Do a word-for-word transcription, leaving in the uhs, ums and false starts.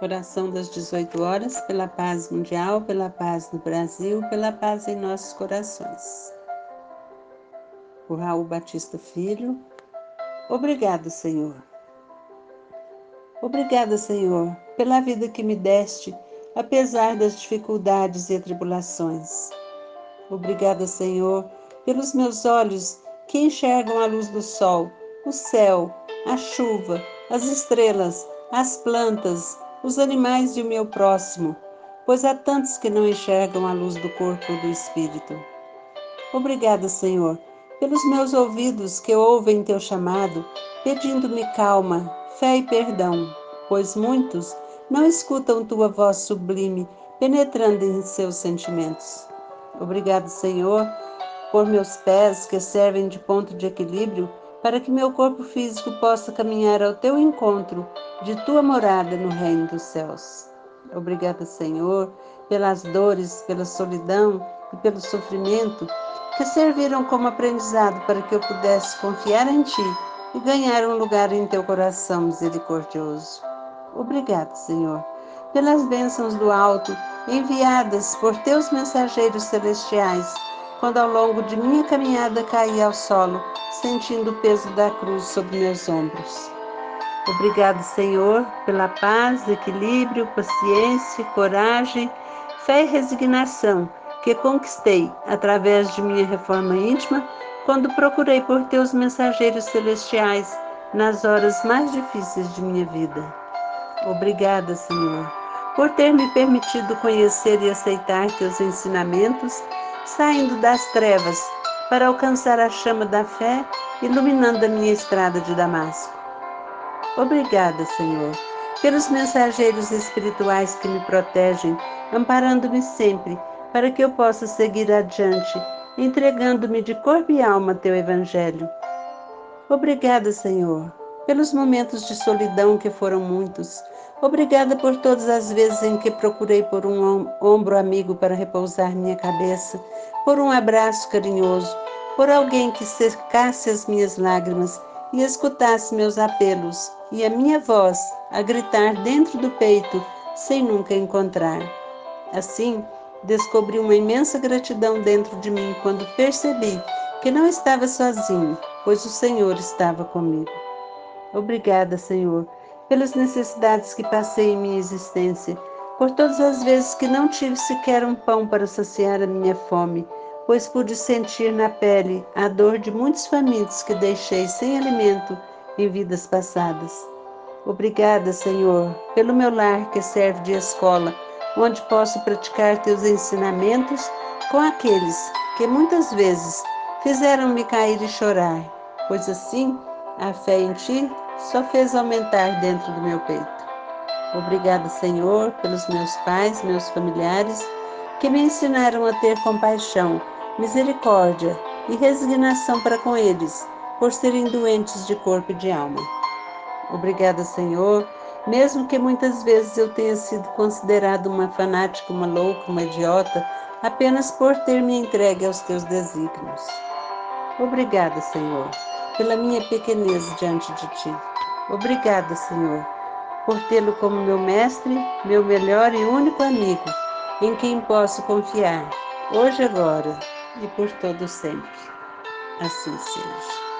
Oração das dezoito horas, pela paz mundial, pela paz no Brasil, pela paz em nossos corações. Por Raul Batista Filho. Obrigado, Senhor. Obrigada, Senhor, pela vida que me deste, apesar das dificuldades e tribulações. Obrigada, Senhor, pelos meus olhos que enxergam a luz do sol, o céu, a chuva, as estrelas, as plantas, os animais e o meu próximo, pois há tantos que não enxergam a luz do corpo ou do espírito. Obrigada, Senhor, pelos meus ouvidos que ouvem teu chamado, pedindo-me calma, fé e perdão, pois muitos não escutam tua voz sublime, penetrando em seus sentimentos. Obrigado, Senhor, por meus pés que servem de ponto de equilíbrio para que meu corpo físico possa caminhar ao teu encontro de tua morada no reino dos céus. Obrigada, Senhor, pelas dores, pela solidão e pelo sofrimento que serviram como aprendizado para que eu pudesse confiar em Ti e ganhar um lugar em Teu coração misericordioso. Obrigado, Senhor, pelas bênçãos do alto enviadas por Teus mensageiros celestiais, quando ao longo de minha caminhada caí ao solo, sentindo o peso da cruz sobre meus ombros. Obrigado, Senhor, pela paz, equilíbrio, paciência, coragem, fé e resignação que conquistei através de minha reforma íntima quando procurei por teus mensageiros celestiais nas horas mais difíceis de minha vida. Obrigada, Senhor, por ter me permitido conhecer e aceitar teus ensinamentos, saindo das trevas para alcançar a chama da fé, iluminando a minha estrada de Damasco. Obrigada, Senhor, pelos mensageiros espirituais que me protegem, amparando-me sempre, para que eu possa seguir adiante, entregando-me de corpo e alma a teu Evangelho. Obrigada, Senhor, pelos momentos de solidão que foram muitos. Obrigada por todas as vezes em que procurei por um ombro amigo para repousar minha cabeça, por um abraço carinhoso, por alguém que secasse as minhas lágrimas e escutasse meus apelos e a minha voz a gritar dentro do peito sem nunca encontrar. Assim, descobri uma imensa gratidão dentro de mim quando percebi que não estava sozinho, pois o Senhor estava comigo. Obrigada, Senhor, pelas necessidades que passei em minha existência, por todas as vezes que não tive sequer um pão para saciar a minha fome, pois pude sentir na pele a dor de muitos famintos que deixei sem alimento em vidas passadas. Obrigada, Senhor, pelo meu lar que serve de escola, onde posso praticar teus ensinamentos com aqueles que muitas vezes fizeram-me cair e chorar, pois assim a fé em Ti só fez aumentar dentro do meu peito. Obrigada, Senhor, pelos meus pais, meus familiares, que me ensinaram a ter compaixão, misericórdia e resignação para com eles, por serem doentes de corpo e de alma. Obrigada, Senhor, mesmo que muitas vezes eu tenha sido considerada uma fanática, uma louca, uma idiota, apenas por ter me entregue aos teus desígnios. Obrigada, Senhor, pela minha pequenez diante de Ti. Obrigada, Senhor, por tê-lo como meu mestre, meu melhor e único amigo, em quem posso confiar, hoje, agora e por todo sempre. Assim seja.